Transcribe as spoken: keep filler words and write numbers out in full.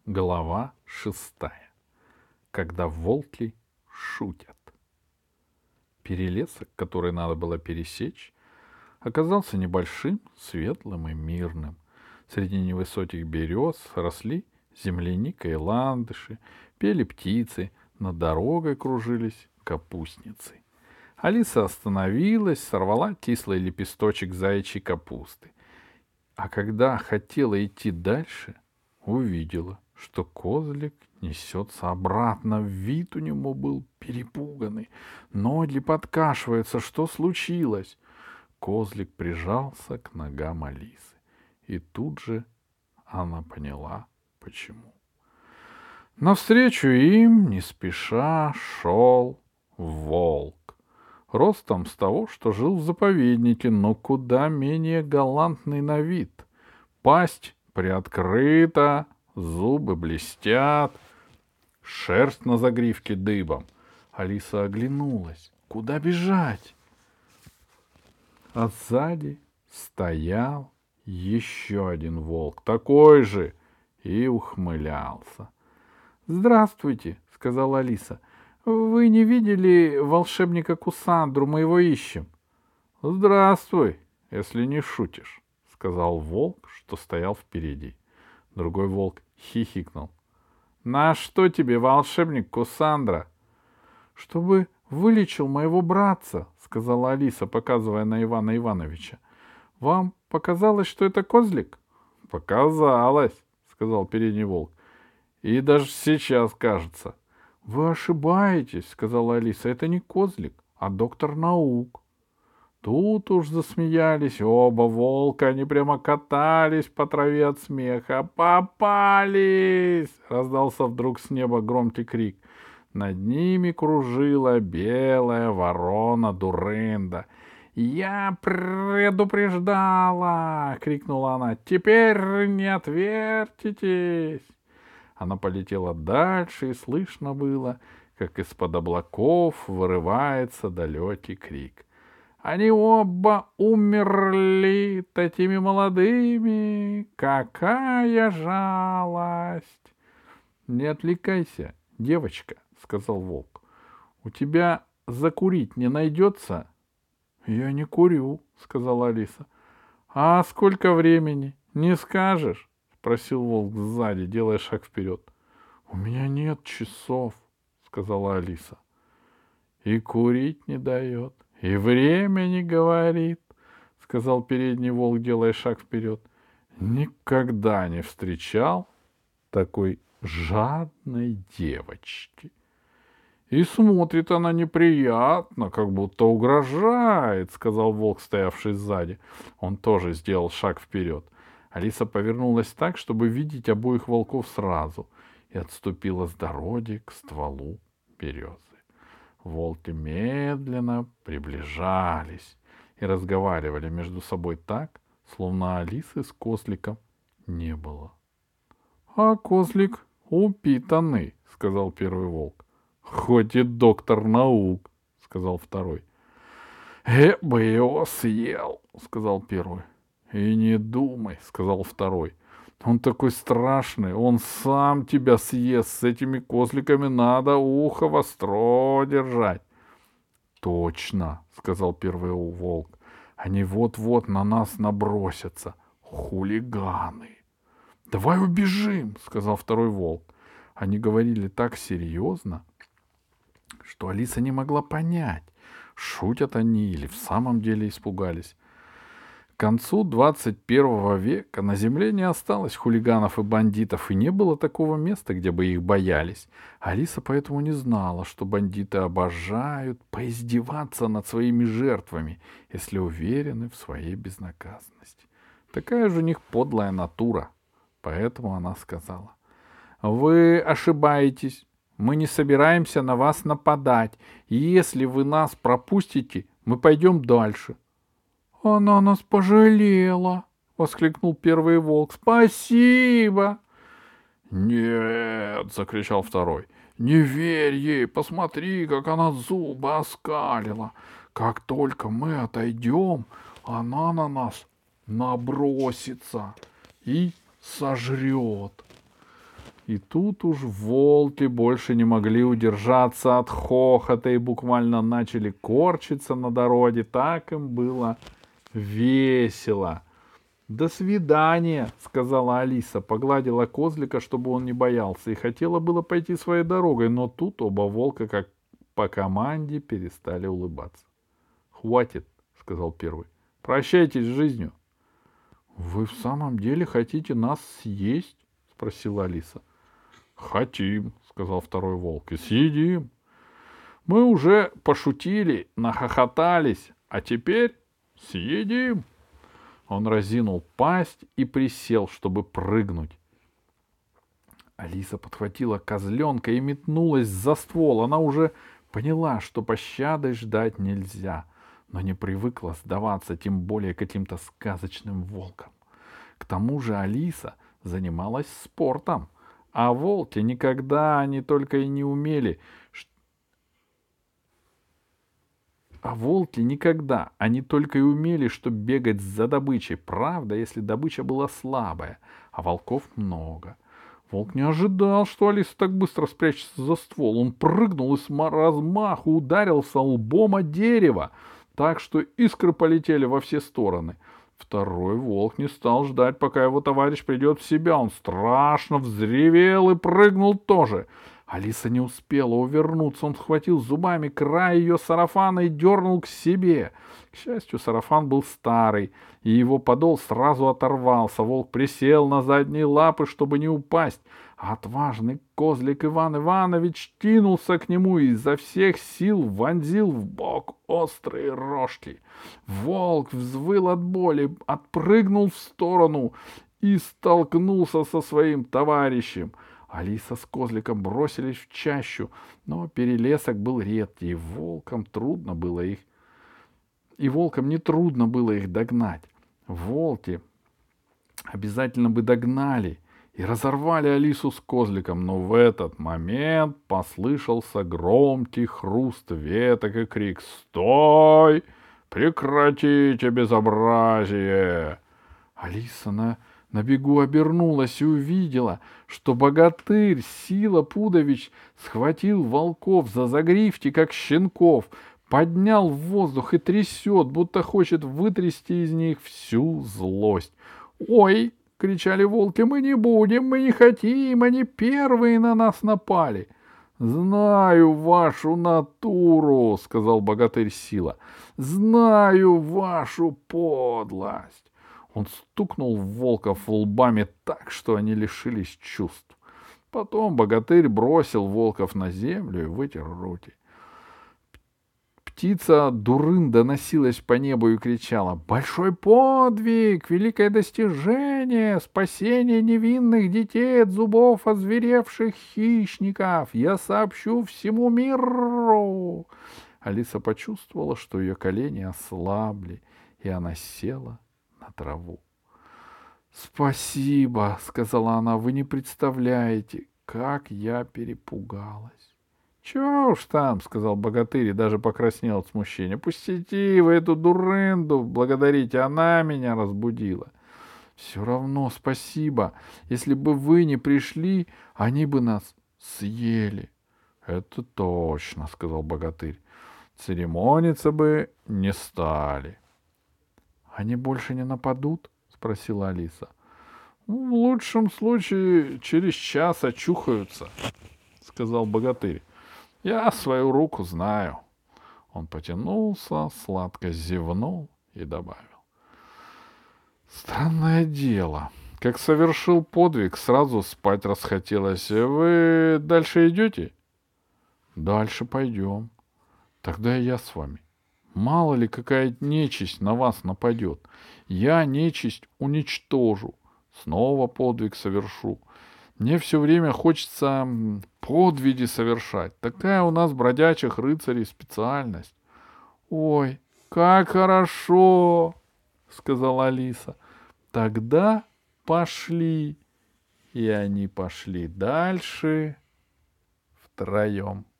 Глава шестая. Когда волки шутят. Перелесок, который надо было пересечь, оказался небольшим, светлым и мирным. Среди невысоких берез росли земляника и ландыши, пели птицы, над дорогой кружились капустницы. Алиса остановилась, сорвала кислый лепесточек заячьей капусты. А когда хотела идти дальше, увидела, что козлик несется обратно. Вид у него был перепуганный. Ноги подкашиваются. Что случилось? Козлик прижался к ногам Алисы. И тут же она поняла, почему. Навстречу им не спеша шел волк. Ростом с того, что жил в заповеднике, но куда менее галантный на вид. Пасть приоткрыта, зубы блестят, шерсть на загривке дыбом. Алиса оглянулась. Куда бежать? А сзади стоял еще один волк, такой же, и ухмылялся. — Здравствуйте, — сказала Алиса. — Вы не видели волшебника Кусандру? Мы его ищем. — Здравствуй, если не шутишь, — сказал волк, что стоял впереди. Другой волк хихикнул. — На что тебе, волшебник Кусандра? — Чтобы вылечил моего братца, — сказала Алиса, показывая на Ивана Ивановича. — Вам показалось, что это козлик? — Показалось, — сказал передний волк. — И даже сейчас кажется. — Вы ошибаетесь, — сказала Алиса. — Это не козлик, а доктор наук. Тут уж засмеялись оба волка, они прямо катались по траве от смеха. «Попались!» — раздался вдруг с неба громкий крик. Над ними кружила белая ворона Дурында. «Я предупреждала!» — крикнула она. «Теперь не отвертитесь!» Она полетела дальше, и слышно было, как из-под облаков вырывается далекий крик. Они оба умерли такими молодыми. Какая жалость! — Не отвлекайся, девочка, — сказал волк. — У тебя закурить не найдется? — Я не курю, — сказала Алиса. — А сколько времени? Не скажешь? — спросил волк сзади, делая шаг вперед. — У меня нет часов, — сказала Алиса. — И курить не дает. — И время не говорит, — сказал передний волк, делая шаг вперед. Никогда не встречал такой жадной девочки. И смотрит она неприятно, как будто угрожает, — сказал волк, стоявший сзади. Он тоже сделал шаг вперед. Алиса повернулась так, чтобы видеть обоих волков сразу, и отступила с дороги к стволу березы. Волки медленно приближались и разговаривали между собой так, словно Алисы с козликом не было. — А козлик упитанный, — сказал первый волк. — Хоть и доктор наук, — сказал второй. — Я бы его съел, — сказал первый. — И не думай, — сказал второй. Он такой страшный, он сам тебя съест. С этими козликами надо ухо востро держать. — Точно, — сказал первый волк. — Они вот-вот на нас набросятся. Хулиганы. — Давай убежим, — сказал второй волк. Они говорили так серьезно, что Алиса не могла понять, шутят они или в самом деле испугались. К концу двадцать первого века на земле не осталось хулиганов и бандитов, и не было такого места, где бы их боялись. Алиса поэтому не знала, что бандиты обожают поиздеваться над своими жертвами, если уверены в своей безнаказанности. Такая же у них подлая натура. Поэтому она сказала: «Вы ошибаетесь. Мы не собираемся на вас нападать. И если вы нас пропустите, мы пойдем дальше». — Она нас пожалела, — воскликнул первый волк. — Спасибо. — Нет, — закричал второй, — не верь ей, посмотри, как она зубы оскалила. Как только мы отойдем, она на нас набросится и сожрет. И тут уж волки больше не могли удержаться от хохота и буквально начали корчиться на дороге. Так им было весело. «До свидания», — сказала Алиса, погладила козлика, чтобы он не боялся, и хотела было пойти своей дорогой, но тут оба волка, как по команде, перестали улыбаться. «Хватит», — сказал первый, — «прощайтесь с жизнью». «Вы в самом деле хотите нас съесть?» — спросила Алиса. «Хотим», — сказал второй волк, — «и съедим. Мы уже пошутили, нахохотались, а теперь съедим». Он разинул пасть и присел, чтобы прыгнуть. Алиса подхватила козленка и метнулась за ствол. Она уже поняла, что пощады ждать нельзя, но не привыкла сдаваться, тем более каким-то сказочным волкам. К тому же Алиса занималась спортом, а волки никогда они только и не умели, А волки никогда, они только и умели, что бегать за добычей. Правда, если добыча была слабая, а волков много. Волк не ожидал, что Алиса так быстро спрячется за ствол. Он прыгнул и с размаху ударился лбом о дерево, так что искры полетели во все стороны. Второй волк не стал ждать, пока его товарищ придет в себя. Он страшно взревел и прыгнул тоже. Алиса не успела увернуться. Он схватил зубами край ее сарафана и дернул к себе. К счастью, сарафан был старый, и его подол сразу оторвался. Волк присел на задние лапы, чтобы не упасть. А отважный козлик Иван Иванович кинулся к нему и изо всех сил вонзил в бок острые рожки. Волк взвыл от боли, отпрыгнул в сторону и столкнулся со своим товарищем. Алиса с козликом бросились в чащу, но перелесок был редкий, и волкам трудно было их, и волкам не трудно было их догнать. Волки обязательно бы догнали и разорвали Алису с козликом, но в этот момент послышался громкий хруст веток и крик: «Стой! Прекратите безобразие!» Алиса на На бегу обернулась и увидела, что богатырь Сила Пудович схватил волков за загривки, как щенков, поднял в воздух и трясет, будто хочет вытрясти из них всю злость. «Ой!» — кричали волки: «мы не будем, мы не хотим, они первые на нас напали!» «Знаю вашу натуру!» — сказал богатырь Сила. «Знаю вашу подлость!» Он стукнул волков лбами так, что они лишились чувств. Потом богатырь бросил волков на землю и вытер руки. Птица Дурында носилась по небу и кричала: «Большой подвиг! Великое достижение! Спасение невинных детей от зубов озверевших хищников! Я сообщу всему миру!» Алиса почувствовала, что ее колени ослабли, и она села на траву. «Спасибо», — сказала она, — «вы не представляете, как я перепугалась». «Чего уж там», — сказал богатырь и даже покраснел от смущения. «Пустите вы эту дурынду, благодарите, она меня разбудила». «Все равно спасибо. Если бы вы не пришли, они бы нас съели». «Это точно», — сказал богатырь. «Церемониться бы не стали». «Они больше не нападут?» — спросила Алиса. «В лучшем случае через час очухаются», — сказал богатырь. «Я свою руку знаю». Он потянулся, сладко зевнул и добавил: «Странное дело. Как совершил подвиг, сразу спать расхотелось. Вы дальше идете?» «Дальше пойдем. Тогда и я с вами. Мало ли какая нечисть на вас нападет. Я нечисть уничтожу. Снова подвиг совершу. Мне все время хочется подвиги совершать. Такая у нас, бродячих рыцарей, специальность». «Ой, как хорошо!» — сказала Алиса. «Тогда пошли». И они пошли дальше втроем.